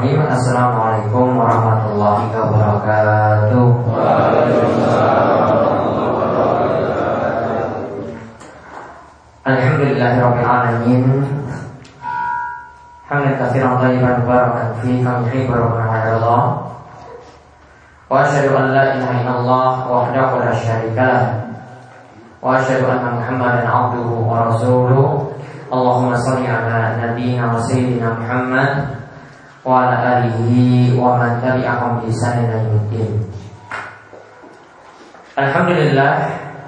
Bismillahirrahmanirrahim. Assalamualaikum warahmatullahi wabarakatuh. Alhamdulillahirabbil alamin. Hamdan katsiran thayyiban mubarakan fihi kama yuhibbu rabbuna Allah. Wa asyhadu an la ilaha illallah wahdahu la syarika lah. Wa asyhadu anna Muhammadan abduhu wa rasuluh. Allahumma shalli ala nabiyyina wa sayyidina Muhammad wa ala alihi wa man tabi'ahum bi ihsan ila yaumil. Alhamdulillah,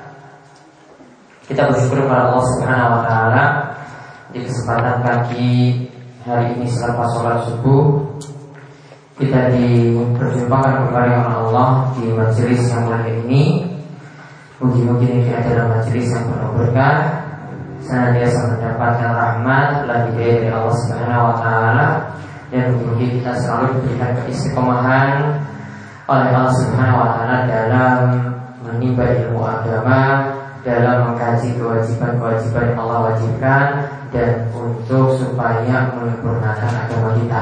kita bersyukur kepada Allah Subhanahu wa taala di kesempatan pagi hari ini selepas sholat subuh kita diperjumpakan kembali oleh Allah di majelis yang mulia ini. Mugi-mugi ini adalah majelis yang penuh berkah, senantiasa mendapatkan rahmat lagi dari Allah Subhanahu wa taala, dan mugi-mugi kita selalu diberikan keistiqomahan oleh Allah Subhanahu wa taala dalam menimba ilmu agama, dalam mengkaji kewajiban-kewajiban yang Allah wajibkan, dan untuk supaya menyempurnakan agama kita.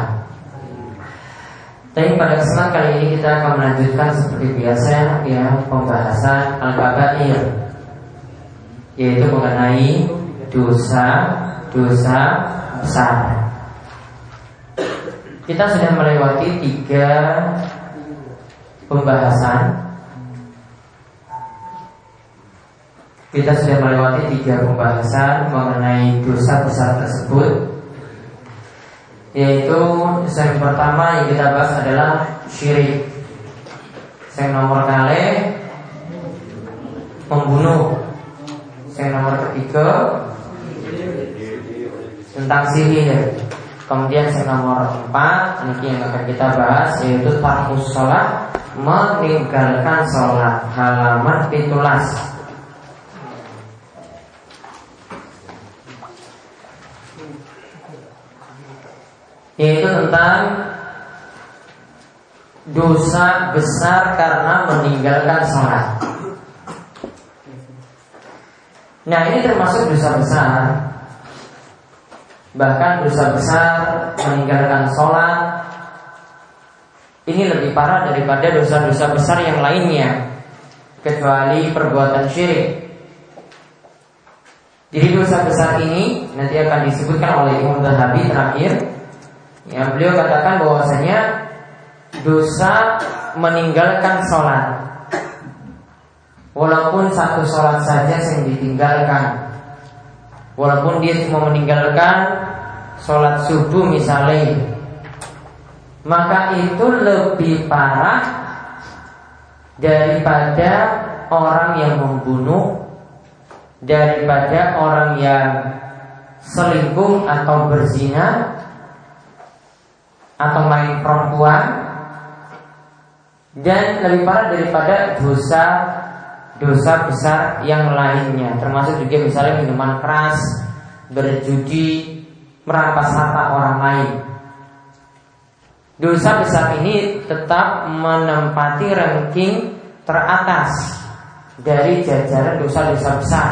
Tapi pada kesempatan kali ini kita akan melanjutkan seperti biasa ya, pembahasan al-kabair, yaitu mengenai dosa-dosa besar. Kita sudah melewati 3 pembahasan. Kita sudah melewati 3 pembahasan mengenai dosa besar tersebut, yaitu yang pertama yang kita bahas adalah syirik. Yang nomor kali membunuh. Yang nomor ketiga tentang sihir. Kemudian yang nomor 4 ini yang akan kita bahas, yaitu tarkus sholat, meninggalkan sholat, halaman 17. Yaitu tentang dosa besar karena meninggalkan sholat. Nah, ini termasuk dosa besar. Bahkan dosa besar meninggalkan sholat ini lebih parah daripada dosa-dosa besar yang lainnya, kecuali perbuatan syirik. Jadi dosa besar ini nanti akan disebutkan oleh Imam Zahabi terakhir. Ya, beliau katakan bahwasanya dosa meninggalkan sholat, walaupun satu sholat saja yang ditinggalkan, walaupun dia cuma meninggalkan sholat subuh misalnya, maka itu lebih parah daripada orang yang membunuh, daripada orang yang selingkuh atau berzina atau main perempuan, dan lebih parah daripada dosa besar yang lainnya, termasuk juga misalnya minuman keras, berjudi, merampas harta orang lain. Dosa besar ini tetap menempati ranking teratas dari jajaran dosa-dosa besar.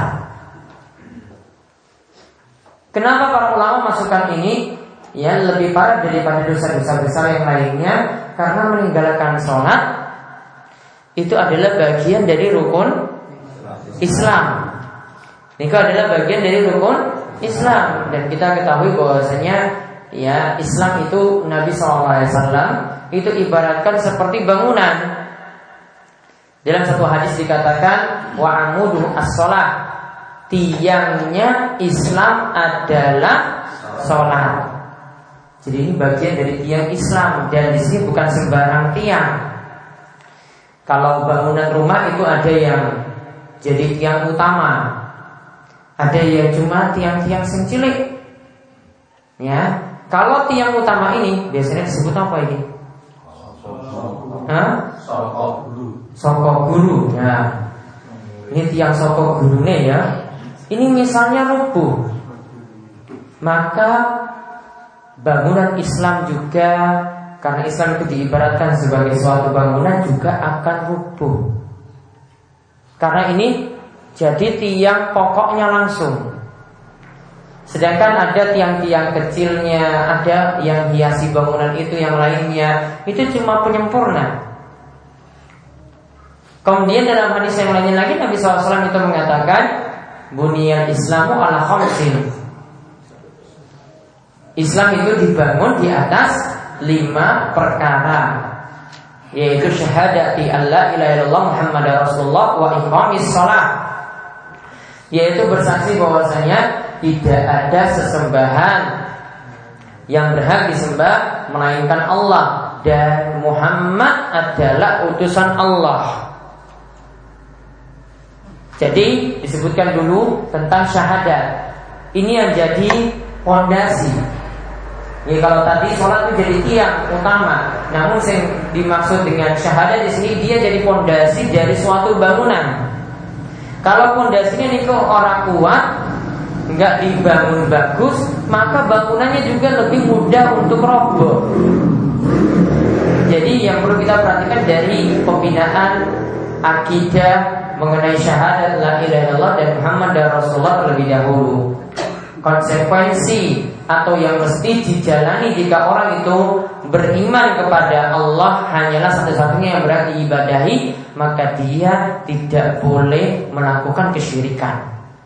Kenapa para ulama masukkan ini ya lebih parah daripada dosa-dosa besar yang lainnya? Karena meninggalkan sholat itu adalah bagian dari rukun Islam. Itu adalah bagian dari rukun Islam, dan kita ketahui bahwasanya ya Islam itu Nabi SAW itu ibaratkan seperti bangunan. Dalam satu hadis dikatakan wa amudu as-sholat, tiangnya Islam adalah sholat. Jadi ini bagian dari tiang Islam, dan di sini bukan sembarang tiang. Kalau bangunan rumah itu ada yang jadi tiang utama, ada yang cuma tiang-tiang cilik. Ya, kalau tiang utama ini biasanya disebut apa ini? Sokok guru. Nah, ini tiang sokok gurunya ya. Ini misalnya rubuh, maka bangunan Islam juga, karena Islam itu diibaratkan sebagai suatu bangunan, juga akan rubuh. Karena ini jadi tiang pokoknya langsung. Sedangkan ada tiang-tiang kecilnya, ada yang hiasi bangunan itu, yang lainnya itu cuma penyempurna. Kemudian dalam hadis yang lainnya lagi Nabi SAW itu mengatakan, buniyal Islamu ala khamsin. Islam itu dibangun di atas 5 perkara, yaitu syahadati alla ilaha illallah Muhammadar Rasulullah wa iqamis shalah, yaitu bersaksi bahwasanya tidak ada sesembahan yang berhak disembah melainkan Allah, dan Muhammad adalah utusan Allah. Jadi disebutkan dulu tentang syahadat. Ini yang jadi fondasi. Ya, kalau tadi sholat itu jadi tiang utama, namun yang dimaksud dengan syahadat di sini dia jadi fondasi dari suatu bangunan. Kalau fondasinya ini kok orang kuat, nggak dibangun bagus, maka bangunannya juga lebih mudah untuk roboh. Jadi yang perlu kita perhatikan dari pembinaan akidah mengenai syahadat la ilaha illallah dan Muhammad dan Rasulullah terlebih dahulu. Konsekuensi atau yang mesti dijalani jika orang itu beriman kepada Allah hanyalah satu-satunya yang berhak diibadahi, maka dia tidak boleh melakukan kesyirikan.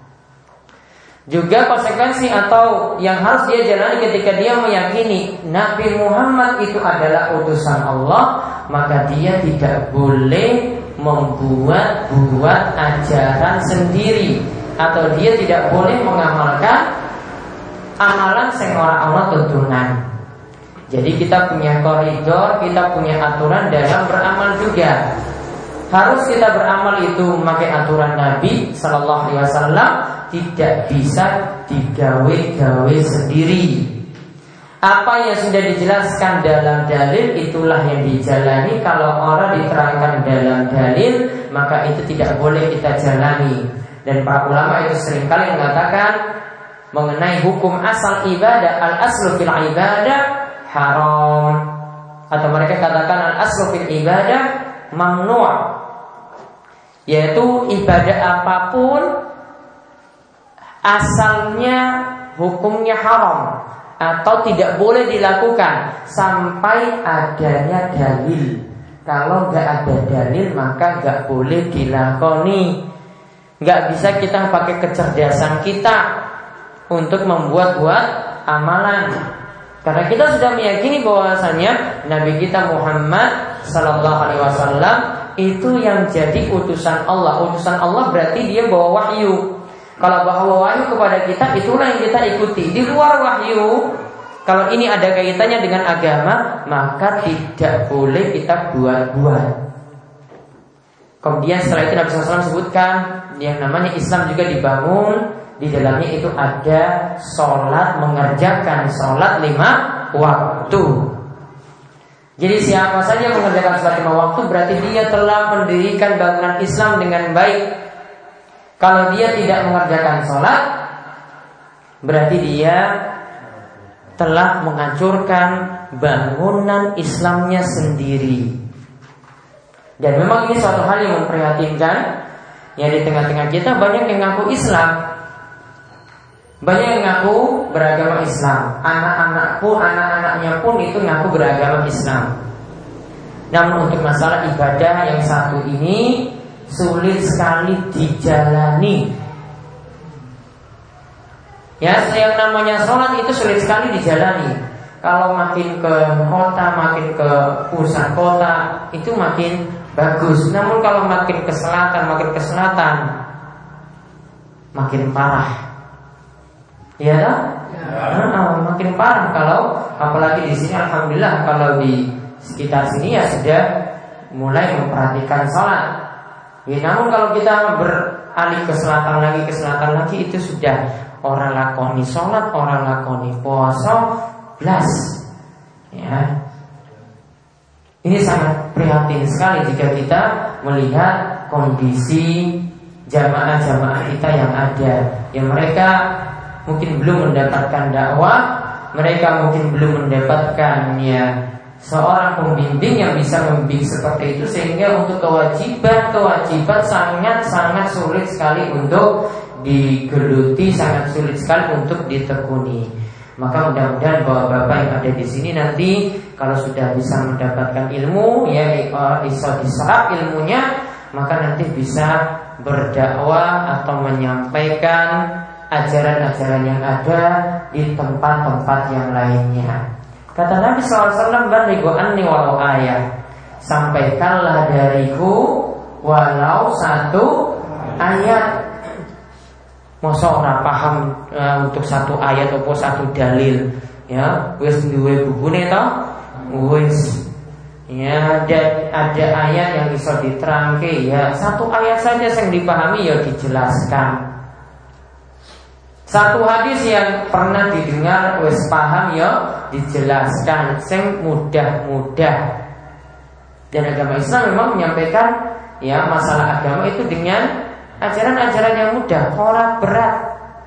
Juga konsekuensi atau yang harus dia jalani ketika dia meyakini Nabi Muhammad itu adalah utusan Allah, maka dia tidak boleh membuat ajaran sendiri, atau dia tidak boleh mengamalkan amalan sing ora ana tuntunan. Jadi kita punya koridor, kita punya aturan dalam beramal juga. Harus kita beramal itu memakai aturan Nabi Sallallahu Alaihi Wasallam, tidak bisa digawe-gawe sendiri. Apa yang sudah dijelaskan dalam dalil itulah yang dijalani. Kalau orang diterangkan dalam dalil, maka itu tidak boleh kita jalani. Dan para ulama itu seringkali mengatakan mengenai hukum asal ibadah, al-aslu fil ibadah haram, atau mereka katakan al-aslu fil ibadah mamnu', yaitu ibadah apapun asalnya hukumnya haram atau tidak boleh dilakukan sampai adanya dalil. Kalau nggak ada dalil maka nggak boleh dilakoni. Nggak bisa kita pakai kecerdasan kita untuk membuat-buat amalan, karena kita sudah meyakini bahwasanya Nabi kita Muhammad Sallallahu Alaihi Wasallam itu yang jadi utusan Allah. Utusan Allah berarti dia bawa wahyu. Kalau bawa wahyu kepada kita, itulah yang kita ikuti. Di luar wahyu, kalau ini ada kaitannya dengan agama, maka tidak boleh kita buat-buat. Kemudian setelah itu Nabi SAW sebutkan yang namanya Islam juga dibangun, di dalamnya itu ada sholat, mengerjakan sholat 5 waktu. Jadi siapa saja mengerjakan sholat 5 waktu berarti dia telah mendirikan bangunan Islam dengan baik. Kalau dia tidak mengerjakan sholat, berarti dia telah menghancurkan bangunan Islamnya sendiri. Dan memang ini suatu hal yang memprihatinkan, ya, di tengah-tengah kita banyak yang ngaku Islam, banyak yang ngaku beragama Islam, anak-anaknya pun itu ngaku beragama Islam. Namun untuk masalah ibadah yang satu ini sulit sekali dijalani. Ya, yang namanya sholat itu sulit sekali dijalani. Kalau makin ke kota, makin ke pusat kota, itu makin bagus. Namun kalau makin ke selatan, makin parah. Iya tak? Makin parah. Kalau apalagi di sini, alhamdulillah, kalau di sekitar sini ya sudah mulai memperhatikan sholat. Ya, namun kalau kita beralih ke selatan lagi, itu sudah orang lakoni sholat, orang lakoni puasa, blas. Ya, ini sangat prihatin sekali jika kita melihat kondisi jamaah-jamaah kita yang ada, yang mereka mungkin belum mendapatkan dakwah, mereka mungkin belum mendapatkan seorang pembimbing yang bisa membimbing seperti itu, sehingga untuk kewajiban sangat-sangat sulit sekali untuk digeluti, sangat sulit sekali untuk ditekuni. Maka mudah-mudahan bapak-bapak yang ada di sini nanti kalau sudah bisa mendapatkan ilmu, ya bisa diserap ilmunya, maka nanti bisa berdakwah atau menyampaikan ajaran-ajaran yang ada di tempat-tempat yang lainnya. Kata Nabi SAW, "Balighu anni walau ayat." Sampaikanlah dariku walau satu ayat. Masa ora paham untuk satu ayat atau satu dalil, ya wis duwe bubune to, wis ya ada ayat yang bisa diterangke, ya satu ayat saja yang dipahami ya dijelaskan. Satu hadis yang pernah didengar wis paham ya dijelaskan, sing mudah-mudah. Dan agama Islam memang menyampaikan ya masalah agama itu dengan ajaran-ajaran yang mudah, ora berat.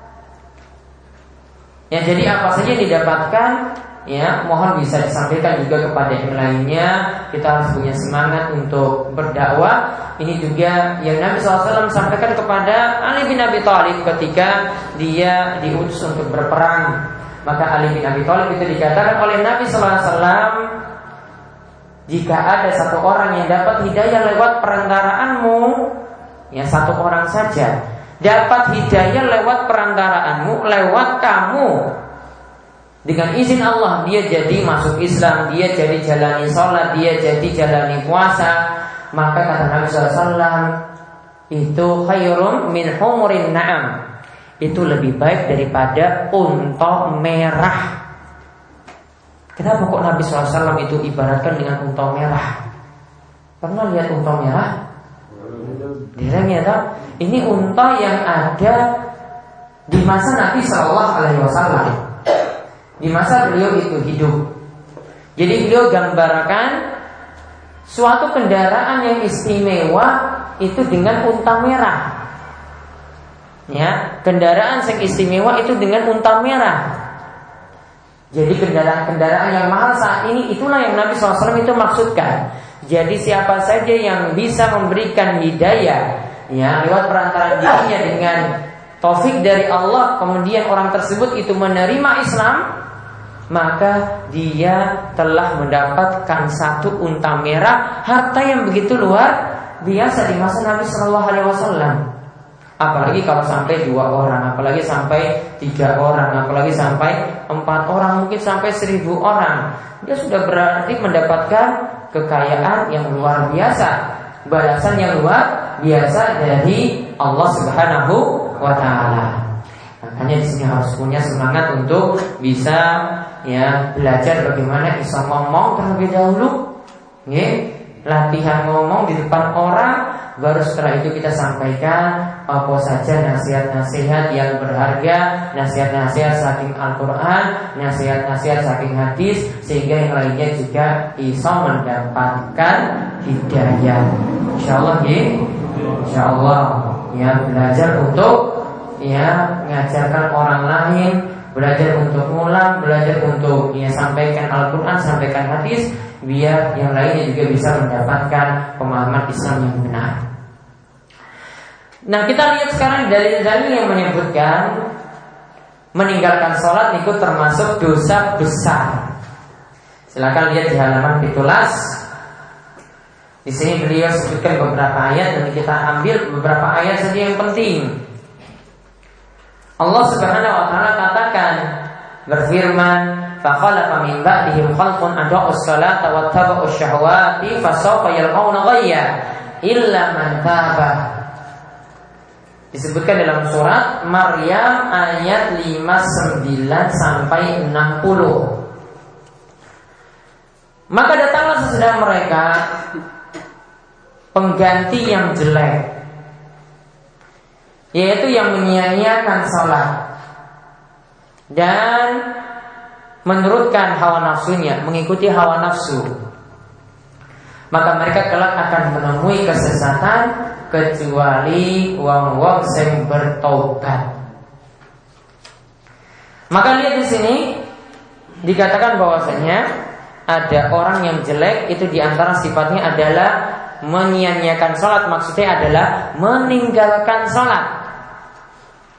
Ya jadi apa saja yang didapatkan, ya mohon bisa disampaikan juga kepada yang lainnya. Kita harus punya semangat untuk berdakwah. Ini juga yang Nabi SAW sampaikan kepada Ali bin Abi Thalib ketika dia diutus untuk berperang. Maka Ali bin Abi Thalib itu dikatakan oleh Nabi SAW, jika ada satu orang yang dapat hidayah lewat perantaraanmu, ya satu orang saja dapat hidayah lewat perantaraanmu, lewat kamu, dengan izin Allah dia jadi masuk Islam, dia jadi jalani sholat, dia jadi jalani puasa, maka kata Nabi SAW, itu khairum min humurin na'am, itu lebih baik daripada unta merah. Kenapa kok Nabi SAW itu ibaratkan dengan unta merah? Pernah lihat unta merah? Direngnya tak? Ini unta yang ada di masa Nabi SAW, di masa beliau itu hidup. Jadi beliau gambarkan suatu kendaraan yang istimewa itu dengan unta merah. Ya, kendaraan yang istimewa itu dengan unta merah. Jadi kendaraan-kendaraan yang mahal saat ini itulah yang Nabi SAW itu maksudkan. Jadi siapa saja yang bisa memberikan hidayah, ya lewat perantara dirinya dengan taufik dari Allah, kemudian orang tersebut itu menerima Islam, maka dia telah mendapatkan satu unta merah, harta yang begitu luar biasa di masa Nabi SAW. Apalagi kalau sampai 2 orang, apalagi sampai 3 orang, apalagi sampai 4 orang, mungkin sampai 1000 orang. Dia sudah berarti mendapatkan kekayaan yang luar biasa, balasan yang luar biasa dari Allah Subhanahu wa Ta'ala. Makanya di sini harus punya semangat untuk bisa ya belajar bagaimana bisa ngomong terlebih dahulu, latihan ngomong di depan orang, baru setelah itu kita sampaikan apa saja nasihat-nasihat yang berharga, nasihat-nasihat saking Al-Quran, nasihat-nasihat saking hadis, sehingga yang lainnya juga bisa mendapatkan hidayah. InsyaAllah ya, InsyaAllah ya belajar untuk ya mengajarkan orang lain, belajar untuk ngulang, belajar untuk ya sampaikan Al-Quran, sampaikan hadis, biar yang lainnya juga bisa mendapatkan pemahaman Islam yang benar. Nah, kita lihat sekarang dalil-dalil yang menyebutkan meninggalkan sholat itu termasuk dosa besar. Silakan lihat di halaman 17. Di sini beliau sebutkan beberapa ayat dan kita ambil beberapa ayat saja yang penting. Allah Subhanahu wa Ta'ala katakan, berfirman, فَخَلَفَ مِنْ بَعْدِهِمْ خَلْقٌ أَضَاعُوا الصَّلَاةَ وَاتَّبَعُوا الشَّهَوَاتِ فَسَوْفَ يَلْقَوْنَ غَيًّا إِلَّا مَنْ تَابَ. Disebutkan dalam surat Maryam ayat 59 sampai 60. Maka datanglah sesudah mereka pengganti yang jelek, yaitu yang menyia-nyiakan salat dan menurutkan hawa nafsunya, mengikuti hawa nafsu. Maka mereka kelak akan menemui kesesatan kecuali wong-wong sing bertobat. Maka lihat di sini dikatakan bahwasanya ada orang yang jelek, itu diantara sifatnya adalah menyia-nyiakan sholat. Maksudnya adalah meninggalkan sholat.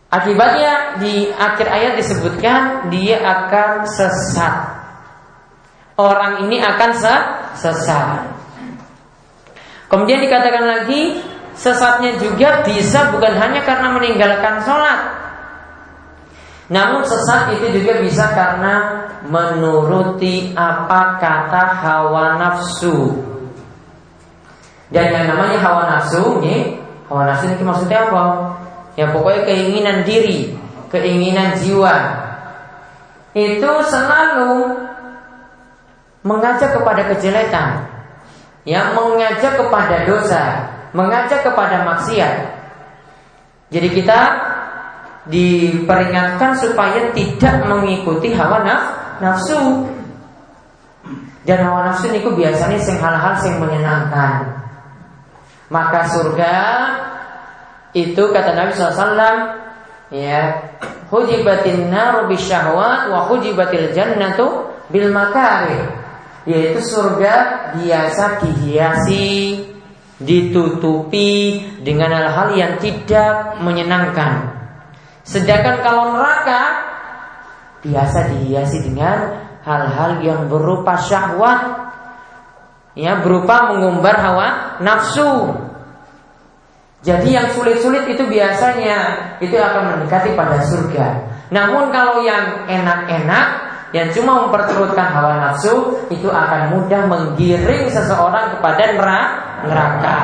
Akibatnya di akhir ayat disebutkan dia akan sesat. Orang ini akan sesat. Kemudian dikatakan lagi, sesatnya juga bisa bukan hanya karena meninggalkan sholat, namun sesat itu juga bisa karena menuruti apa kata hawa nafsu. Dan yang namanya hawa nafsu ini maksudnya apa? Ya pokoknya keinginan diri, keinginan jiwa itu selalu mengajak kepada kejelekan, ya mengajak kepada dosa, mengajak kepada maksiat. Jadi kita diperingatkan supaya tidak mengikuti hawa nafsu. Dan hawa nafsu niku biasanya sing hal-hal sing menyenangkan. Maka surga itu kata Nabi SAW, ya, hujibatin naru bisyahwat wa hujibatil jannatu bil makarih. Yaitu surga biasa dihiasi, ditutupi dengan hal-hal yang tidak menyenangkan. Sedangkan kalau neraka biasa dihiasi dengan hal-hal yang berupa syahwat, ya, berupa mengumbar hawa nafsu. Jadi yang sulit-sulit itu biasanya itu akan mendekati pada surga. Namun kalau yang enak-enak, yang cuma memperturutkan hawa nafsu, itu akan mudah menggiring seseorang kepada neraka.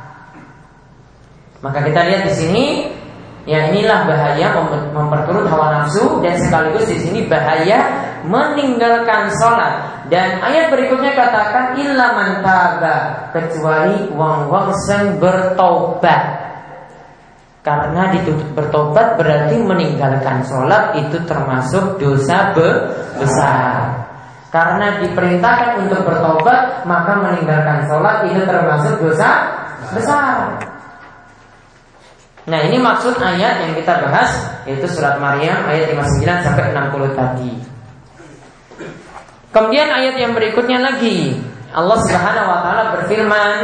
Maka kita lihat di sini, ya inilah bahaya memperturut hawa nafsu, dan sekaligus di sini bahaya meninggalkan sholat. Dan ayat berikutnya katakan illa man taba, kecuali wong-wong sing bertobat. Karena dituntut bertobat berarti meninggalkan sholat itu termasuk dosa besar. Karena diperintahkan untuk bertobat, maka meninggalkan sholat itu termasuk dosa besar. Nah, ini maksud ayat yang kita bahas, yaitu surat Maryam ayat 59 sampai 60 tadi. Kemudian ayat yang berikutnya lagi, Allah Subhanahu wa taala berfirman,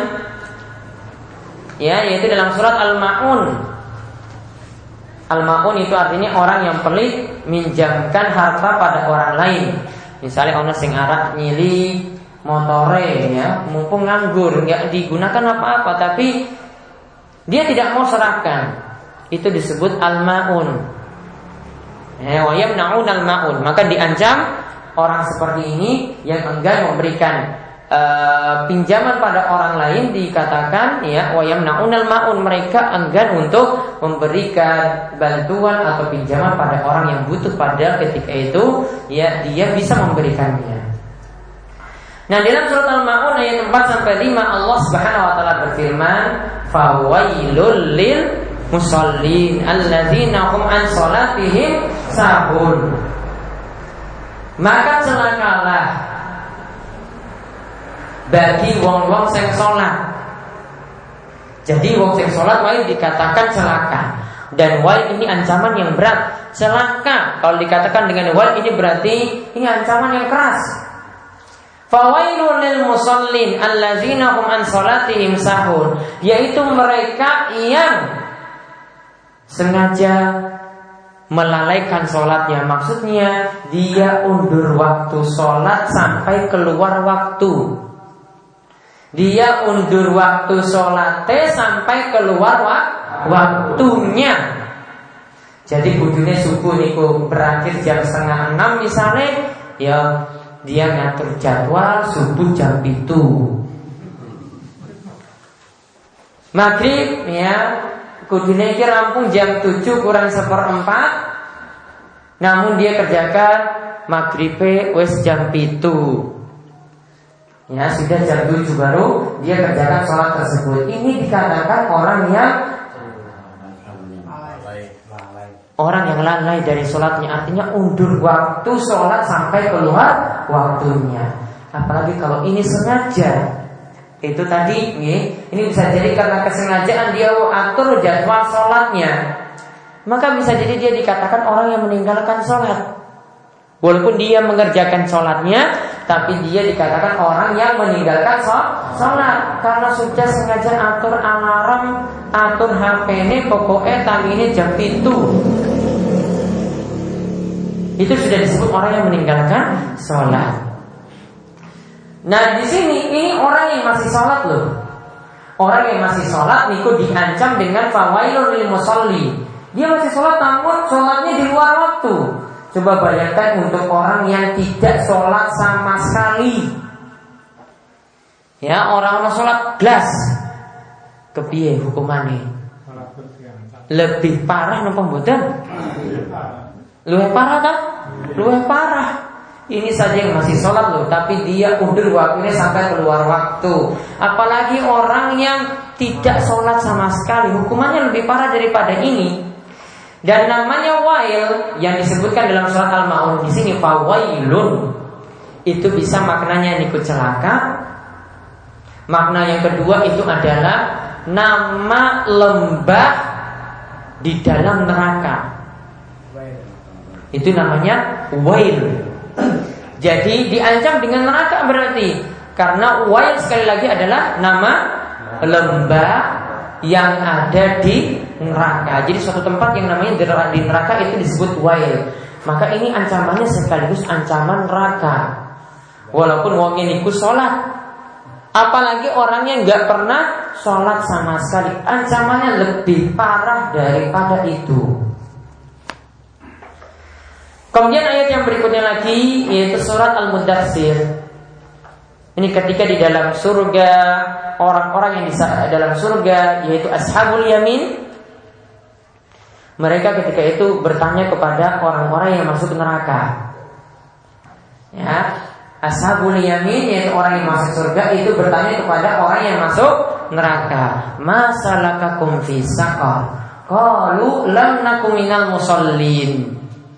ya, yaitu dalam surat Al-Maun. Al-Maun itu artinya orang yang pelit minjamkan harta pada orang lain. Misalnya orang sing arak nyili motore, ya, mumpung nganggur, nggak digunakan apa-apa, tapi dia tidak mau serahkan. Itu disebut al-ma'un. Wa yamna'un al-ma'un. Maka diancam orang seperti ini yang enggan memberikan pinjaman pada orang lain, dikatakan, ya, wa yamna'un al-ma'un, mereka enggan untuk memberikan bantuan atau pinjaman pada orang yang butuh, padahal ketika itu, ya, dia bisa memberikannya. Nah, dalam surat Al-Ma'un ayat 4 sampai 5 Allah Subhanahu wa taala berfirman, fawailul lil musallin alladzina hum an salatihim sahun. Maka celakalah bagi wong-wong sing salat. Jadi wong sing salat wae dikatakan celaka. Dan wail ini ancaman yang berat. Celaka kalau dikatakan dengan wail ini berarti ini ancaman yang keras. Fawailul lil musallin alladzina hum an salatihim sahun, yaitu mereka yang sengaja melalaikan sholatnya. Maksudnya dia undur waktu sholat sampai keluar waktu. Dia undur waktu sholatnya sampai keluar waktunya. Jadi kudune subuh niku berakhir jam 5:30 misalnya, ya dia ngatur jadwal subuh jam 7. Maghrib, ya, kudune iki rampung jam 7 kurang 1/4. Namun dia kerjakan maghribe wis jam 7. Ya, sudah jam 7 baru dia kerjakan sholat tersebut. Ini dikatakan orang yang lalai dari sholatnya. Artinya undur waktu sholat sampai keluar waktunya. Apalagi kalau ini sengaja. Itu tadi, ini bisa jadi karena kesengajaan dia atur jadwal sholatnya. Maka bisa jadi dia dikatakan orang yang meninggalkan sholat. Walaupun dia mengerjakan sholatnya, tapi dia dikatakan orang yang meninggalkan sholat. Karena sudah sengaja atur alarm, atur HP ini, pokoknya tadi ini jam 7. itu sudah disebut orang yang meninggalkan sholat. Nah di sini ini orang yang masih sholat loh. Orang yang masih sholat niku diancam dengan fawailun lil musalli. Dia masih sholat namun sholatnya di luar waktu. Coba bayangkan untuk orang yang tidak sholat sama sekali. Ya orang sholat blas, kepiye hukumannya? Lebih parah napa mboten? Luwih parah kan? Luwih parah. Ini saja yang masih sholat loh, tapi dia undur waktunya sampai keluar waktu. Apalagi orang yang tidak sholat sama sekali, hukumannya lebih parah daripada ini. Dan namanya wail yang disebutkan dalam surat Al-Ma'un di sini fawailun. Itu bisa maknanya ikut celaka. Makna yang kedua itu adalah nama lembah di dalam neraka. Itu namanya wail. Jadi diancam dengan neraka berarti. Karena wail sekali lagi adalah nama lembah yang ada di neraka. Jadi suatu tempat yang namanya di neraka itu disebut wail. Maka ini ancamannya sekaligus ancaman neraka. Walaupun wong niku sholat, apalagi orangnya nggak pernah sholat sama sekali, ancamannya lebih parah daripada itu. Kemudian ayat yang berikutnya lagi yaitu surat Al-Muddatsir. Ini ketika di dalam surga, orang-orang yang di dalam surga yaitu ashabul yamin, mereka ketika itu bertanya kepada orang-orang yang masuk neraka. Ya, ashabul yamin yaitu orang yang masuk surga itu bertanya kepada orang yang masuk neraka, "Masalakakum fi saqar?" Qalu lam nakum minal musallin.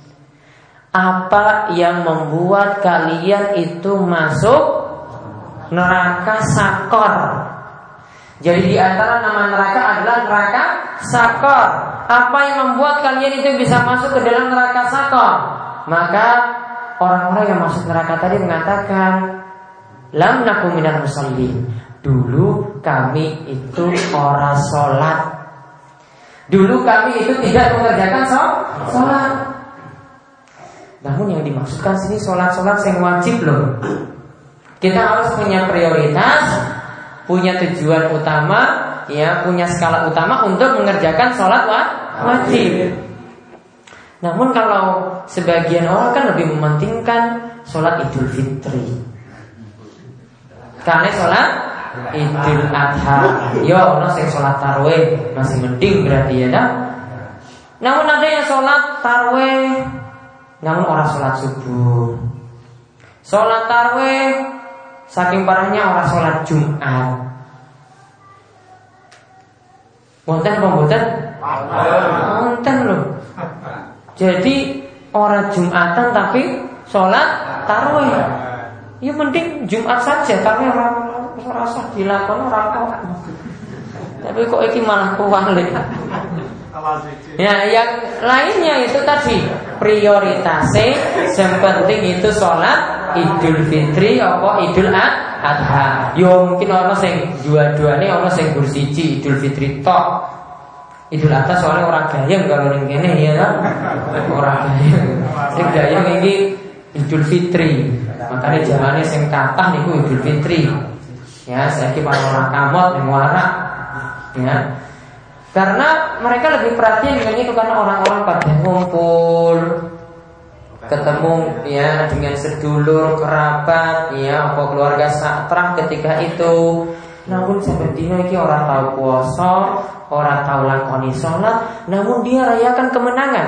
Apa yang membuat kalian itu masuk neraka Sakor? Jadi di antara nama neraka adalah neraka Sakor. Apa yang membuat kalian itu bisa masuk ke dalam neraka Sakor? Maka orang-orang yang masuk neraka tadi mengatakan, lam nakum minal musallin. Dulu kami itu orang sholat. Dulu kami itu tidak mengerjakan sholat. Namun yang dimaksudkan sini sholat-sholat yang wajib loh. Kita harus punya prioritas, punya tujuan utama, ya, punya skala utama untuk mengerjakan sholat wajib. Namun kalau sebagian orang kan lebih mementingkan sholat Idul Fitri. Karena sholat Idul Adha, yo, ono sing sholat tarwih masih mending berarti ya, dah. Namun ada yang sholat tarwih, namun orang sholat subuh. Sholat tarwih, saking parahnya orang sholat Jumat. Wonten apa mboten? Wonten loh. Jadi orang Jumatan tapi sholat tarwih. Ya mending Jumat saja, tapi orang rasa dilakoni orang kok. Tapi kok iki malah kuwalik. Ya, yang lainnya itu tadi prioritasnya yang penting itu sholat Idul Fitri apa Idul Adha. Yo mungkin ono sing dua-duane, ono sing bersiji Idul Fitri tok. Idul Adha soalnya orang gayeng kalau ning kene ya kan. Orang gayeng. Sing gayeng iki Idul Fitri. Makanya jamane sing kathah niku Idul Fitri. Ya, saiki para orang kamot ning warak. Ya. Karena mereka lebih perhatian dengan itu karena orang-orang pada ngumpul, ketemu ya dengan sedulur, kerabat, ya apa keluarga satrah ketika itu. Namun sampai dino iki orang tahu puasa, orang tahu lakoni sholat, namun dia rayakan kemenangan.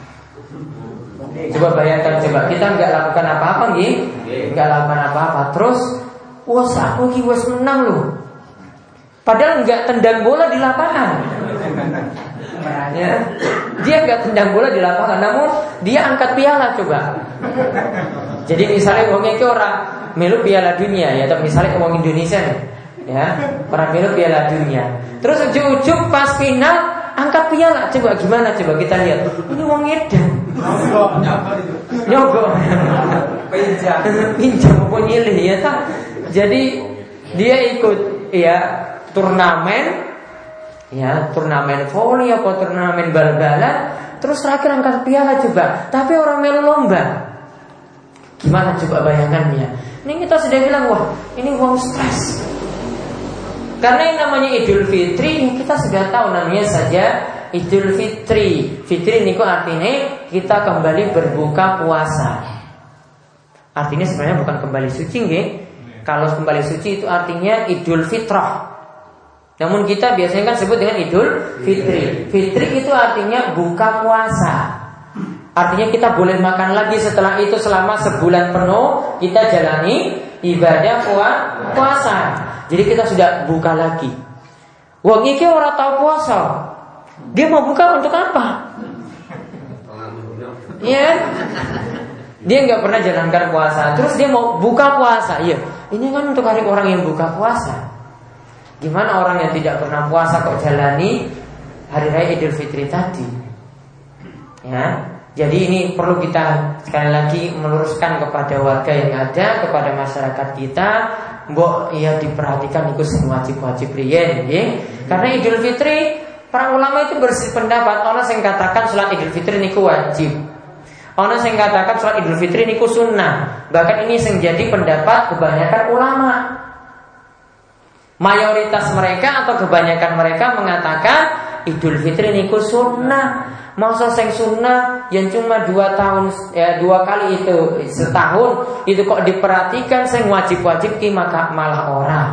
Coba bayangkan, coba kita nggak lakukan apa-apa nggih, nggak lakukan apa-apa, terus wes aku iki wes menang loh. Padahal nggak tendang bola di lapangan. Ya, dia nggak tendang bola di lapangan, namun dia angkat piala coba. Jadi misalnya wong iki ora melu piala dunia ya, atau misalnya wong Indonesia ya, ora melu piala dunia. Terus ujung-ujung pas final angkat piala, coba gimana coba kita lihat. Ini wong edan. Nyogok. Pinjam apa nyilih ya tak. Jadi dia ikut ya turnamen, ya turnamen voli apa turnamen bal-balan, terus terakhir angkat piala juga, tapi orang melu lomba. Gimana coba bayangannya? Ini kita sudah bilang, wah ini uang stres. Karena yang namanya Idul Fitri kita sudah tahu namanya saja Idul Fitri. Fitri niku artinya kita kembali berbuka puasa. Artinya sebenarnya bukan kembali suci, nggih. Kalau kembali suci itu artinya Idul Fitrah. Namun kita biasanya kan sebut dengan Idul Fitri. Fitri itu artinya buka puasa. Artinya kita boleh makan lagi setelah itu selama sebulan penuh kita jalani ibadah puasa. Jadi kita sudah buka lagi. Wong iki ora tau puasa. Dia mau buka untuk apa? Iya. Dia nggak pernah jalankan puasa. Terus dia mau buka puasa. Iya. Ini kan untuk hari orang yang buka puasa. Gimana orang yang tidak pernah puasa kok jalani hari raya Idul Fitri tadi? Ya, jadi ini perlu kita sekali lagi meluruskan kepada warga yang ada, kepada masyarakat kita, mbok ya diperhatikan itu semua wajib-wajib riyen, nggih. Karena Idul Fitri para ulama itu berpendapat ana sing katakan salat Idul Fitri niku wajib. Ana sing katakan salat Idul Fitri niku sunnah. Bahkan ini sing jadi pendapat kebanyakan ulama. Mayoritas mereka atau kebanyakan mereka mengatakan Idul Fitri niku sunnah. Masa sing sunnah yang cuma 2 tahun ya 2 kali itu setahun itu kok diperhatikan sing wajib-wajib ki maka malah orang.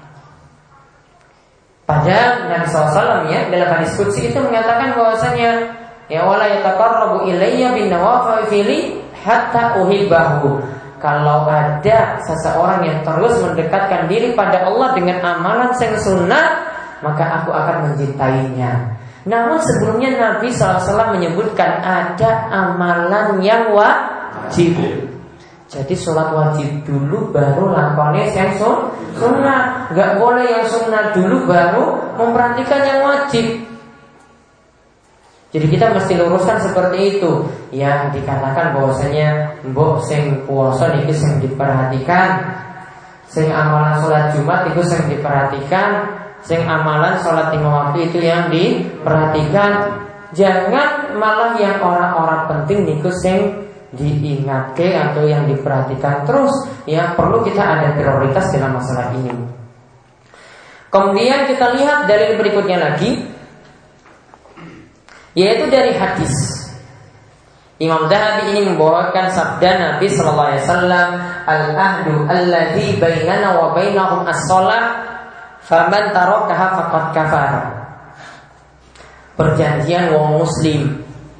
Padahal Nabi SAW ya dalam hadis qudsi itu mengatakan bahwasanya ya wala yataqarrabu ilayya bin nawafili hatta uhibbahu. Kalau ada seseorang yang terus mendekatkan diri pada Allah dengan amalan yang sunnah, maka aku akan mencintainya. Namun sebelumnya Nabi SAW menyebutkan ada amalan yang wajib. Jadi sholat wajib dulu baru lakonnya yang sunnah. Gak boleh yang sunnah dulu baru memperhatikan yang wajib. Jadi kita mesti luruskan seperti itu. Yang dikatakan bahwasanya mbok sing puasa niku sing diperhatikan, sing amalan sholat Jumat itu sing diperhatikan, sing amalan sholat 5 waktu itu yang diperhatikan. Jangan malah yang orang-orang penting niku sing diingatke atau yang diperhatikan terus. Ya perlu kita ada prioritas dalam masalah ini. Kemudian kita lihat dari berikutnya lagi, yaitu dari hadis. Imam Dzahabi ini membawakan sabda Nabi sallallahu alaihi wasallam, "Al-ahdu alladzi bainana wa bainahum as-shalah, faman tarakaha faqad kafara." Perjanjian wong muslim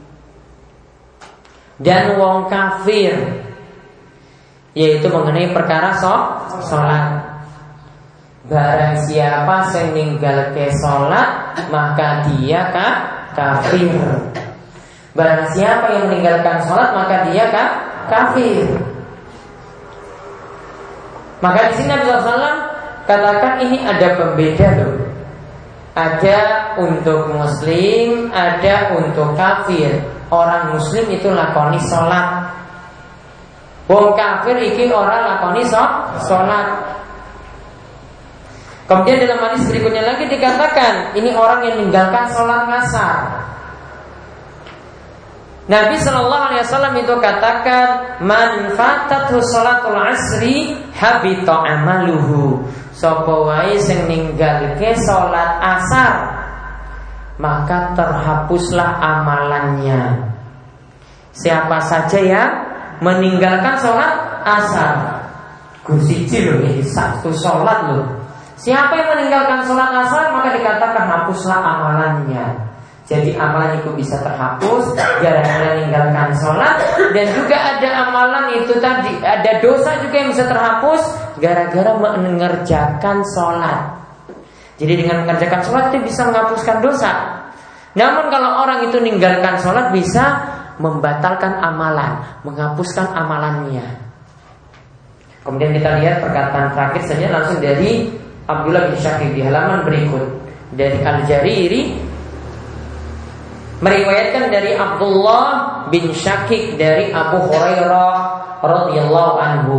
dan wong kafir, yaitu mengenai perkara salat. Barang siapa yang ninggalke salat, maka dia kafir. Barang siapa yang meninggalkan sholat maka dia kafir. Maka di sini Nabi SAW katakan ini ada pembeda loh. Ada untuk muslim, ada untuk kafir. Orang muslim itu lakoni sholat. Wong kafir iki orang lakoni sholat. Kemudian dalam hadis berikutnya lagi dikatakan ini orang yang meninggalkan sholat ngasar. Nabi Shallallahu Alaihi Wasallam itu katakan, man fatathu sholatul asri habita amaluhu. Sapa wae sing ninggalke sholat asar, maka terhapuslah amalannya. Siapa saja yang meninggalkan sholat asar, gusiji loh ini satu sholat loh. Siapa yang meninggalkan sholat asar, maka dikatakan hapuslah amalannya. Jadi amalan itu bisa terhapus gara-gara meninggalkan sholat. Dan juga ada amalan itu tadi, ada dosa juga yang bisa terhapus gara-gara mengerjakan sholat. Jadi dengan mengerjakan sholat itu bisa menghapuskan dosa. Namun kalau orang itu meninggalkan sholat bisa membatalkan amalan, menghapuskan amalannya. Kemudian kita lihat perkataan terakhir saja langsung dari Abdullah bin Syakir di halaman berikut. Dari Al-Jariri meriwayatkan dari Abdullah bin Syakik dari Abu Hurairah radhiyallahu anhu,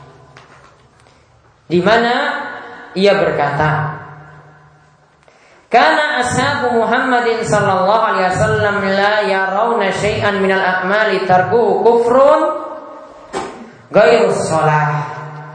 di mana ia berkata, Kana ashabu Muhammadin sallallahu alaihi wasallam la yarawna syai'an minal a'mali tarkuhu kufrun ghairus shalah.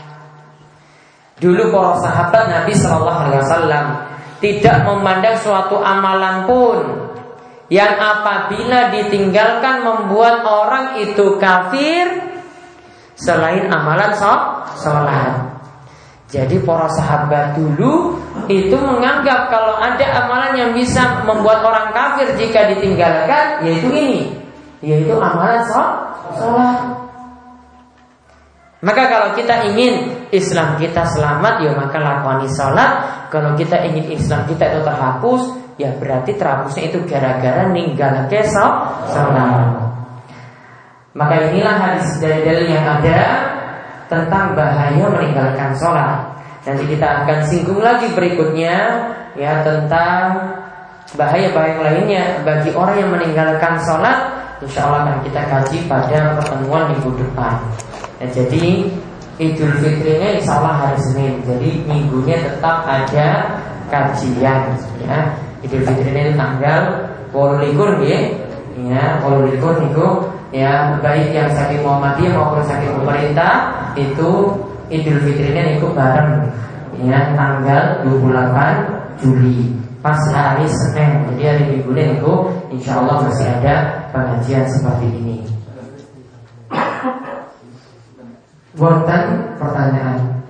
Dulu para sahabat Nabi sallallahu alaihi wasallam tidak memandang suatu amalan pun yang apabila ditinggalkan membuat orang itu kafir selain amalan sholat. Jadi para sahabat dulu itu menganggap kalau ada amalan yang bisa membuat orang kafir jika ditinggalkan, yaitu ini, yaitu amalan sholat. Maka kalau kita ingin Islam kita selamat, ya maka lakoni sholat. Kalau kita ingin Islam kita itu terhapus, ya berarti terhapusnya itu gara-gara ninggalkan sholat. Maka inilah hadis dalil yang ada tentang bahaya meninggalkan sholat. Nanti kita akan singgung lagi berikutnya ya tentang bahaya-bahaya lainnya bagi orang yang meninggalkan sholat. Insya Allah akan kita kaji pada pertemuan minggu depan. Jadi Idul Fitrinya insya Allah hari Senin. Jadi minggunya tetap ada kajian ya. Idul Fitrinya itu tanggal 22 ya 22 itu ya, baik yang sakit Muhammadiyah maupun sakit pemerintah itu Idul Fitrinya itu bareng ya tanggal 28 Juli pas hari Senin. Jadi hari Minggunya itu insya Allah masih ada pengajian seperti ini. Wonten pertanyaan?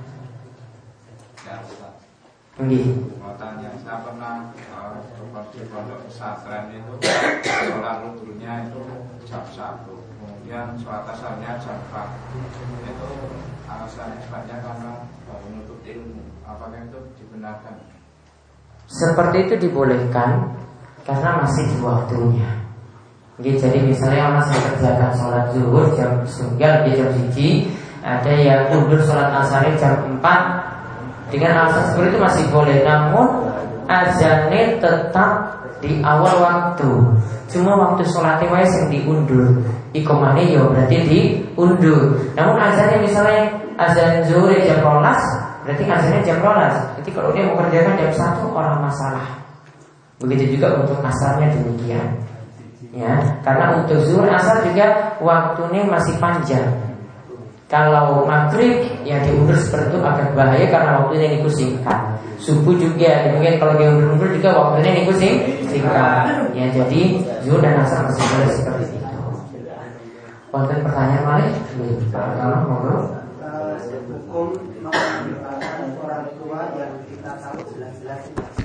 Mau tanya, saya pernah di pondok pesantren itu sholat zuhurnya itu jam 1, kemudian sholat asarnya jam 4. Itu alasannya sebabnya karena menuntut ilmu. Apakah itu dibenarkan? Seperti itu dibolehkan karena masih di waktunya. Jadi misalnya masih kerjakan sholat zuhur jam sunggal di jam 1, ada yang mundur sholat asar jam 4, dengan alasan seperti itu masih boleh. Namun azannya tetap di awal waktu. Cuma waktu sholat yang diundur. Iqamahnya ya berarti diundur. Namun azannya misalnya azan zuhur jam 12, berarti azannya jam 12. Jadi kalau dia mau kerjakan jam 1 orang masalah. Begitu juga untuk asarnya demikian. Ya, karena untuk zuhur asar juga waktunya masih panjang. Kalau maghrib yang diundur seperti itu agak bahaya karena waktunya itu singkat. Subuh juga mungkin kalau diundur juga waktunya itu singkat. Ya jadi zuhur dan asar masih boleh seperti itu. Konten pertanyaan lain? Kalau mau hukum mendoakan orang tua yang kita tahu jelas-jelas.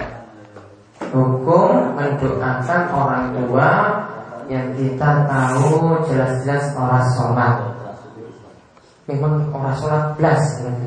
Hukum mendoakan orang tua yang kita tahu jelas-jelas orang sholat. Memang orang sholat belas nanti.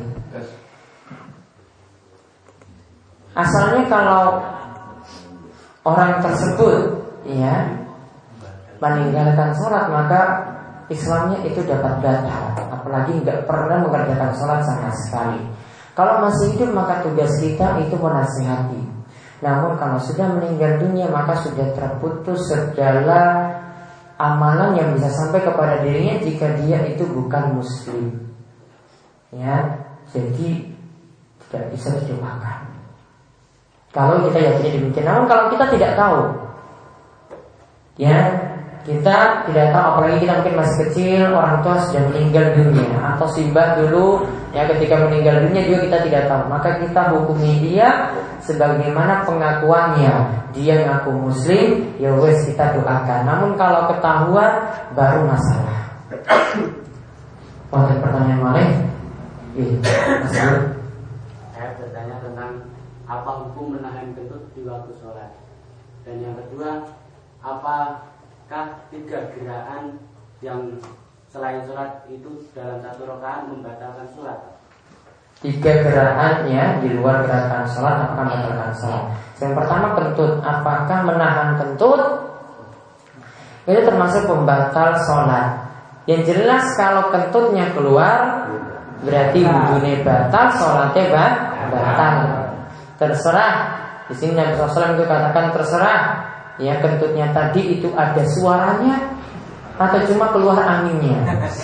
Asalnya kalau orang tersebut ya meninggalkan sholat maka Islamnya itu dapat batal. Apalagi nggak pernah mengerjakan sholat sama sekali. Kalau masih hidup maka tugas kita itu menasihati. Namun kalau sudah meninggal dunia maka sudah terputus segala amalan yang bisa sampai kepada dirinya jika dia itu bukan muslim. Ya, jadi tidak bisa didoakan. Kalau kita yakini demikian. Namun kalau kita tidak tahu, ya kita tidak tahu, apalagi kita mungkin masih kecil, orang tua sudah meninggal dunia atau simbah dulu, ya ketika meninggal dunia juga kita tidak tahu. Maka kita hukumi dia sebagaimana pengakuannya. Dia ngaku muslim, ya wes kita doakan. Namun kalau ketahuan baru masalah. Ada pertanyaan lain? Saya bertanya tentang apa hukum menahan kentut di waktu sholat. Dan yang kedua, apakah 3 gerakan yang selain sholat itu dalam 1 rakaat membatalkan sholat? 3 gerakannya di luar gerakan sholat apakah membatalkan sholat? Yang pertama kentut. Apakah menahan kentut itu termasuk pembatal sholat? Yang jelas kalau kentutnya keluar berarti wudhunya batal, sholatnya batal. Terserah. Di sini Nabi SAW itu katakan terserah. Ya kentutnya tadi itu ada suaranya atau cuma keluar anginnya.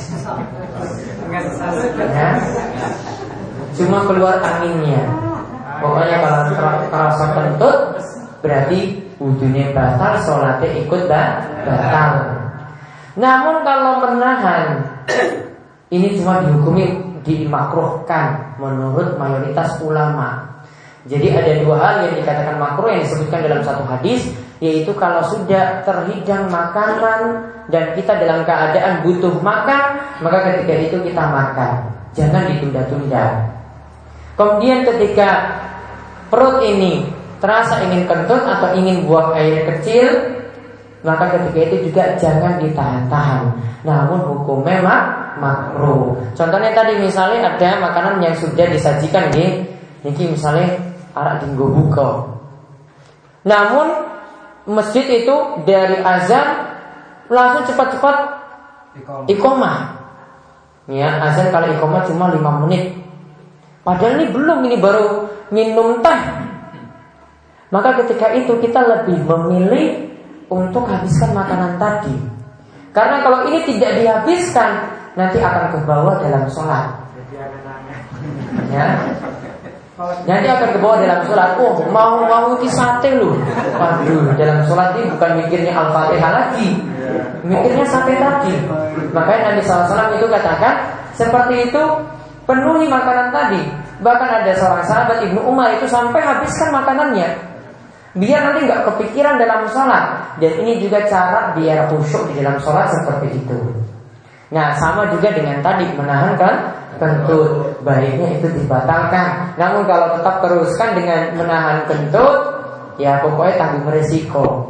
Ya, cuma keluar anginnya. Pokoknya kalau terasa kentut berarti wudunya batal, sholatnya ikut batal. Namun kalau menahan, ini cuma dihukumi dimakruhkan menurut mayoritas ulama. Jadi ada dua hal yang dikatakan makruh yang disebutkan dalam satu hadis, yaitu kalau sudah terhidang makanan dan kita dalam keadaan butuh makan, maka ketika itu kita makan, jangan ditunda-tunda. Kemudian ketika perut ini terasa ingin kentut atau ingin buang air kecil, maka ketika itu juga jangan ditahan-tahan, namun hukumnya makruh. Contohnya tadi misalnya ada makanan yang sudah disajikan di niki misalnya arak dinggo buka. Namun masjid itu dari azan langsung cepat-cepat iqomah. Ya, azan kalau iqomah cuma 5 menit. Padahal ini belum, ini baru minum teh. Maka ketika itu kita lebih memilih untuk habiskan makanan tadi. Karena kalau ini tidak dihabiskan, nanti akan kebawa dalam sholat. Ya, nanti akan kebawa dalam sholat. Oh, mau di sate loh. Waduh, dalam sholat ini bukan mikirnya Al-Fatihah lagi, mikirnya sate tadi. Makanya Nabi SAW itu katakan seperti itu, penuhi makanan tadi. Bahkan ada seorang sahabat Ibnu Umar itu sampai habiskan makanannya, biar nanti nggak kepikiran dalam sholat. Dan ini juga cara biar khusyuk di dalam sholat seperti itu. Nah, sama juga dengan tadi menahan kentut, baiknya itu dibatalkan. Namun kalau tetap teruskan dengan menahan kentut, ya pokoknya tanggung resiko.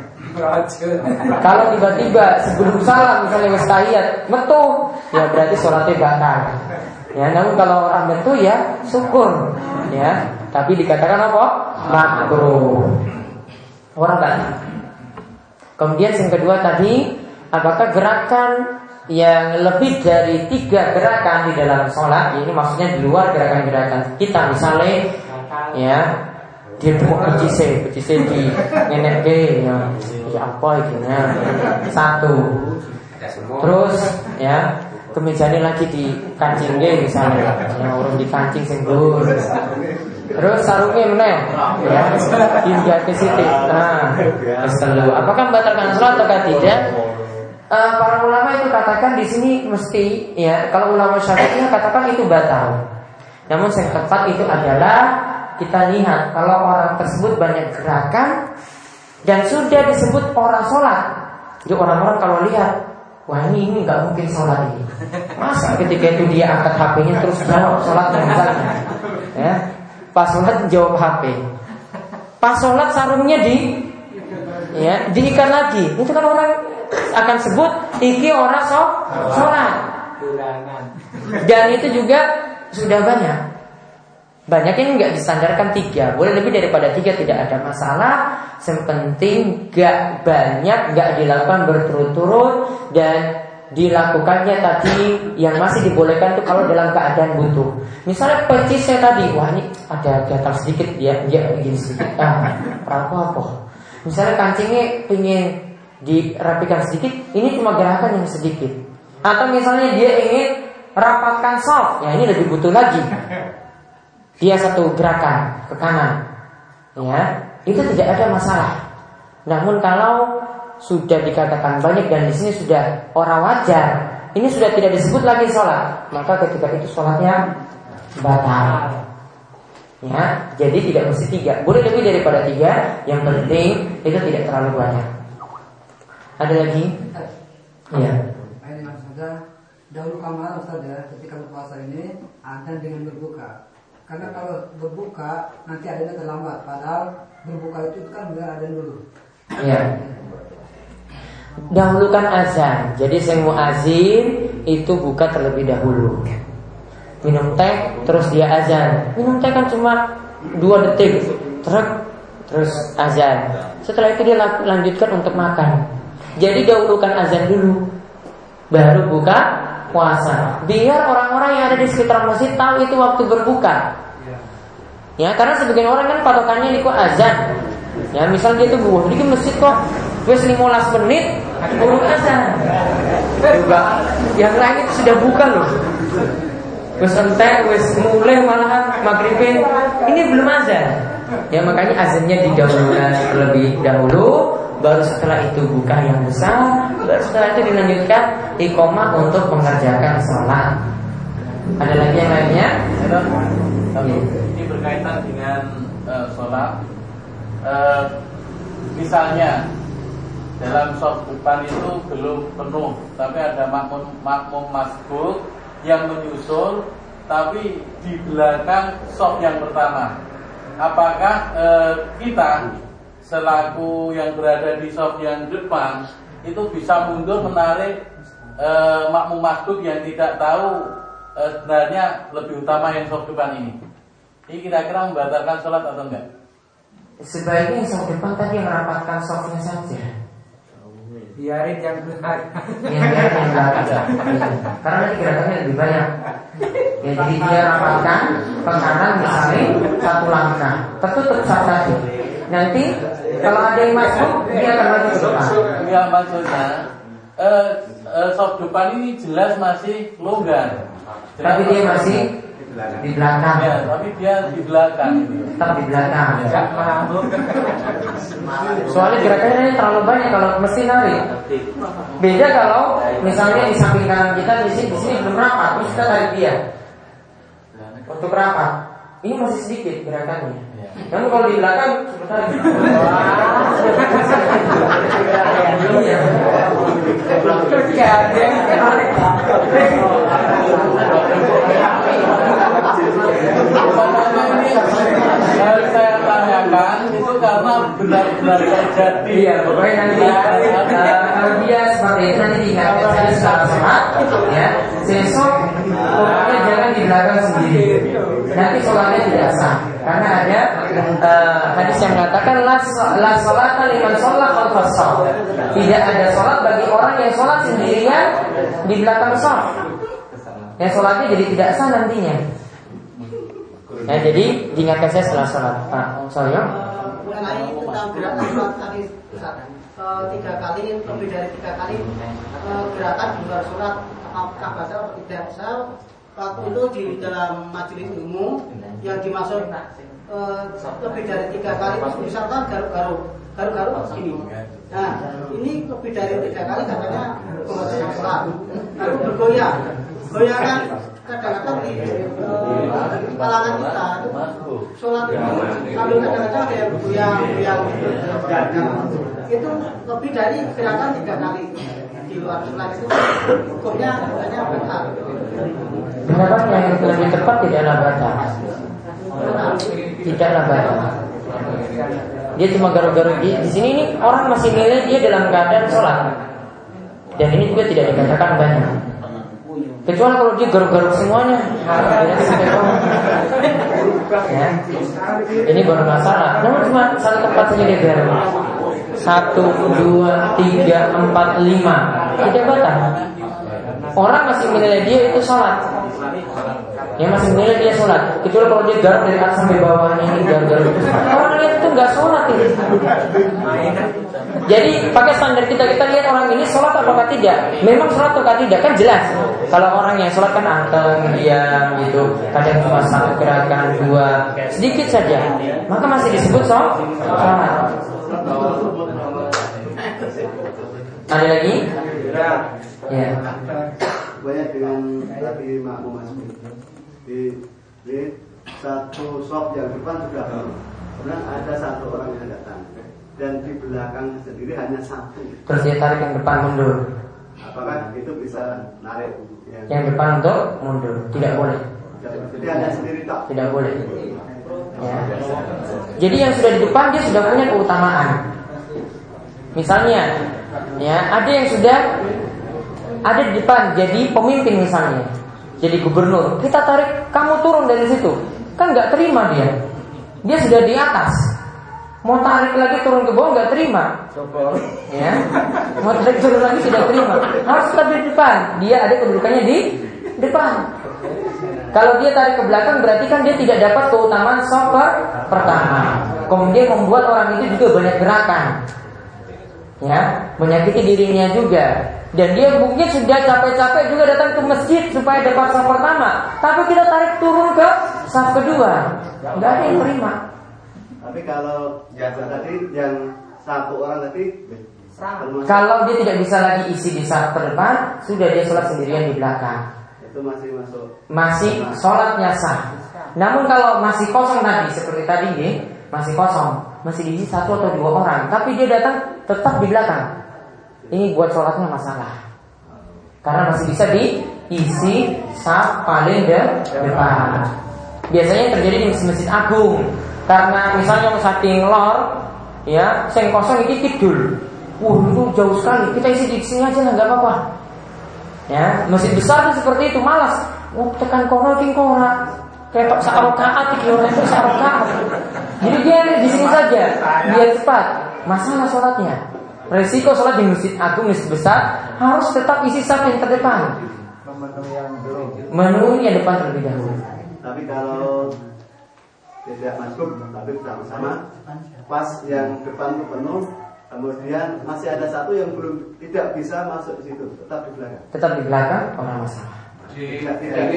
Kalau tiba-tiba sebelum salam misalnya wis tahiyat metu, ya berarti sholatnya batal. Ya, namun kalau orang metu ya syukur, ya. Tapi dikatakan apa? Makruh. Orang banyak. Kemudian yang kedua tadi, apakah gerakan yang lebih dari 3 gerakan di dalam sholat, ini maksudnya di luar gerakan-gerakan kita, misalnya ya dia mau pecise di nenek ya apa itu ya, 1. Terus ya kemejanya lagi di kancing misalnya, yang urung di kancing sing dhuwur. Terus sarungnya meneh ya, hingga ke situ. Nah, selalu. Apakah membatalkan sholat atau tidak? Para ulama itu katakan di sini mesti ya, kalau ulama Syafi'i katakan itu batal. Namun yang tepat itu adalah kita lihat kalau orang tersebut banyak gerakan dan sudah disebut orang sholat. Jadi orang-orang kalau lihat, wah ini nggak mungkin sholat ini. Masa ketika itu dia angkat HP-nya terus jawab sholat misalnya, ya. Pas sholat jawab HP, pas sholat sarungnya diikat lagi. Itu kan orang akan sebut iki orang sholat. Dan itu juga sudah banyak yang nggak disandarkan 3. Boleh lebih daripada 3, tidak ada masalah. Yang penting nggak banyak, nggak dilakukan berturut-turut, dan dilakukannya tadi yang masih dibolehkan itu kalau dalam keadaan butuh. Misalnya pecisnya tadi, wah ini ada gatal sedikit, dia begini sedikit, apa? Misalnya kancingnya ingin dirapikan sedikit, ini cuma gerakan yang sedikit. Atau misalnya dia ingin rapatkan soft, ya ini lebih butuh lagi. Dia 1 gerakan ke kanan, ya itu tidak ada masalah. Namun kalau sudah dikatakan banyak dan di sini sudah orang wajar, ini sudah tidak disebut lagi sholat, maka ketika itu sholatnya batal. Ya, jadi tidak mesti 3, boleh lebih daripada 3. Yang penting itu tidak terlalu banyak. Ada lagi? Iya. Ini maksudnya dahulu kamaran Ustaz ya, ketika berpuasa ini ada dengan berbuka. Karena kalau berbuka nanti adanya terlambat, padahal berbuka itu kan biar ada dulu. Iya. Dahulukan azan. Jadi yang muazin itu buka terlebih dahulu. Minum teh terus dia azan. Minum teh kan cuma 2 detik, terus azan. Setelah itu dia lanjutkan untuk makan. Jadi dahulukan azan dulu, baru buka puasa. Biar orang-orang yang ada di sekitar masjid tahu itu waktu berbuka. Ya, karena sebagian orang kan patokannya ini kok azan. Ya, misal dia tuh buah, ini masjid kok wes 15 menit belum azan. Juga yang lain itu sudah buka loh. Wes entek, wes mulai malahan maghribin, ini belum azan. Ya makanya azannya didahulukan terlebih dahulu, baru setelah itu buka yang besar, baru setelah itu dilanjutkan iqamah untuk mengerjakan sholat. Ada lagi yang lainnya? Ini berkaitan dengan sholat. Misalnya dalam shaf depan itu belum penuh, tapi ada makmum masbuk yang menyusul, tapi di belakang shaf yang pertama. Apakah kita selaku yang berada di shaf yang depan itu bisa mundur menarik makmum masbuk yang tidak tahu sebenarnya lebih utama yang shaf depan ini? Ini kira-kira membatalkan sholat atau enggak? Sebaiknya yang shaf depan tadi yang merapatkan shafnya saja. Biarin yang belakang. Yang belakang. Karena nanti gerakannya lebih banyak. Ya, jadi dia rapatkan ke kanan misalnya satu langkah, tertutup shaf tadi. Nanti kalau ada yang masuk, dia akan maju ke depan. Ya maksudnya shaf depan ini jelas masih longgar. Tapi dia masih di belakang. Ya, tapi dia di belakang. Tetap di belakang. Ya. Soalnya gerakannya terlalu banyak kalau mesti nari. Beda kalau misalnya di samping kanan kita di sini belum rapat, terus kita tarik dia untuk rapat. Ini masih sedikit gerakannya. Namun kalau di belakang sebentar. Harus saya tanyakan itu karena benar-benar terjadi. Iya, pokoknya nanti kalau dia seperti itu nanti diingatkan saya setelah sholat, ya. Besok pokoknya jangan di belakang sendiri. Nanti sholatnya tidak sah. Karena ada hadis yang mengatakan la sholata liman sholat khalfas shaf. Tidak ada sholat bagi orang yang sholat sendirian di belakang shaf. Yang sholatnya jadi tidak sah nantinya. Ya, jadi diingatkan saya setelah sholat. Sorry ya. Mengenai tentang gerakan sholat tadi, tiga kali, lebih dari 3 kali gerakan di luar sholat, apakah batal atau tidak? Saya waktu itu di dalam majelis umum yang dimaksud lebih dari 3 kali itu misalkan garuk-garuk begini. Nah, ini lebih dari 3 kali katanya pembahasan sholat. Lalu bergoyang, goyangan kadang-kadang di kalangan kita sholat itu sambil kadang-kadang ada yang goyang itu lebih dari gerakan 3 kali di luar sholat itu hukumnya batal. Pendapatnya yang lebih tepat tidaklah batal. Tidaklah batal. Dia cuma garuk-garuk di sini ini orang masih nilai dia dalam keadaan sholat. Dan ini juga tidak dikatakan banyak. Kecuali kalau dia garuk-garuk semuanya, ya. Ini baru masalah. Namun cuma satu tempat saja dia garuk. 1, 2, 3, 4, 5 tidak batal. Orang masih menilai dia itu sholat. Ya masih menilai dia sholat. Kecuali kalau dia garuk dari atas sampai bawah ini garuk-garuk. Orang lihat itu nggak sholat ini. Jadi pakai standar kita lihat orang ini sholat apakah tidak. Memang sholat atau tidak kan jelas. Kalau orang yang sholat kan anteng, diam gitu. Kadang cuma 1 gerakan, 2 sedikit saja, maka masih disebut sholat. Ada lagi? Ya. Banyak dengan tadi makmum masuk di satu shop yang depan sudah penuh. Kemudian ada 1 orang yang datang dan di belakang sendiri hanya 1. Terus dia tarik yang depan mundur. Apakah itu bisa narik yang depan untuk mundur? Tidak boleh. Jadi hanya sendiri tak? Tidak boleh. Ya. Jadi yang sudah di depan dia sudah punya keutamaan. Misalnya, ya ada yang sudah ada di depan jadi pemimpin misalnya, jadi gubernur. Kita tarik, kamu turun dari situ, kan nggak terima dia. Dia sudah di atas, mau tarik lagi turun ke bawah nggak terima. Ya, mau tarik turun lagi tidak terima. Harus tetap di depan. Dia ada kedudukannya di depan. Kalau dia tarik ke belakang berarti kan dia tidak dapat keutamaan shaf pertama. Kemudian membuat orang itu juga banyak gerakan. Ya, menyakiti dirinya juga. Dan dia mungkin sudah capek-capek juga datang ke masjid supaya dapat shaf pertama, tapi kita tarik turun ke shaf kedua, nggak ada yang terima. Tapi kalau tadi yang satu orang tadi kalau dia tidak bisa lagi isi di saf terdepan, sudah dia sholat sendirian di belakang. itu masih masuk. Masih sholatnya sah. Namun kalau masih kosong tadi seperti tadi nih, masih kosong, masih diisi 1 atau 2 orang, tapi dia datang tetap di belakang. Ini buat sholatnya masalah. Karena masih bisa diisi saf paling depan. Biasanya terjadi di masjid agung. Karena misalnya saking lor, ya, sing kosong ini kidul. Itu jauh sekali. Kita isi di sini aja lah, nggak apa-apa. Ya, masjid besar itu seperti itu, malas. Tekan kono king kora. Kayak sa'rokaat itu sa'rokaat. Jadi dia di sini saja, biar cepat. Masalah sholatnya. Resiko sholat di masjid agung, masjid besar harus tetap isi saf yang terdepan. Memenuhi yang depan terlebih dahulu. Tapi kalau tidak masuk, tapi bersama-sama, pas yang depan itu penuh, kemudian masih ada satu yang belum tidak bisa masuk di situ, tetap di belakang. Tetap di belakang, orang masalah. Tidak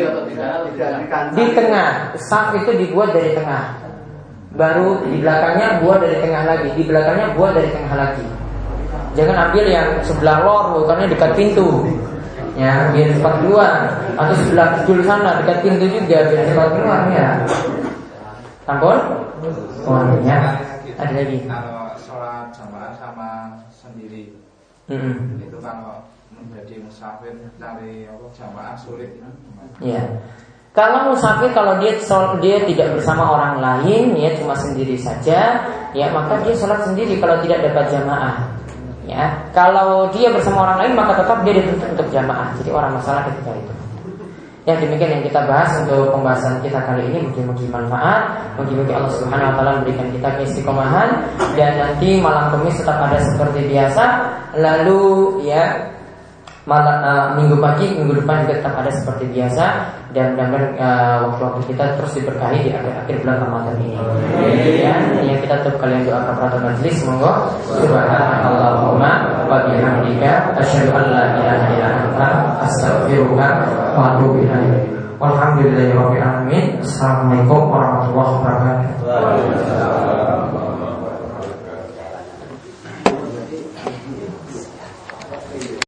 di kancah. Di tengah, saf itu dibuat dari tengah. Baru di belakangnya buat dari tengah lagi, di belakangnya buat dari tengah lagi. Jangan ambil yang sebelah lor, karena dekat pintu. Ya, biar cepat keluar. Atau sebelah kidul sana dekat pintu juga biar cepat keluar ya. Tampun? Oh ya. Ada lagi. Kalau sholat jamaah sama sendiri, itu kalau menjadi musafir cari jamaah sulit. Ya. Kalau musafir, kalau dia tidak bersama orang lain, ya cuma sendiri saja, ya maka dia sholat sendiri kalau tidak dapat jamaah. Ya, kalau dia bersama orang lain maka tetap dia dituntut untuk jamaah. Jadi orang masalah ketika itu. Ya, demikian yang kita bahas untuk pembahasan kita kali ini. Mungkin manfaat. Mungkin Allah Subhanahu Wa Taala memberikan kita keistiqomahan. Dan nanti malam Kamis tetap ada seperti biasa. Lalu ya minggu pagi, minggu depan juga tetap ada seperti biasa. Dan mudah-mudahan waktu-waktu kita terus diberkahi di akhir-akhir bulan Ramadan ini. Ya, yang kita tutup kalian doa kafaratul majelis. Monggo. Subhanallahumma wa bihamdika asyhadu an la ilaha illa anta astaghfiruka wa atubu ilaik. Walhamdulillahirabbil alamin. Assalamualaikum warahmatullahi wabarakatuh.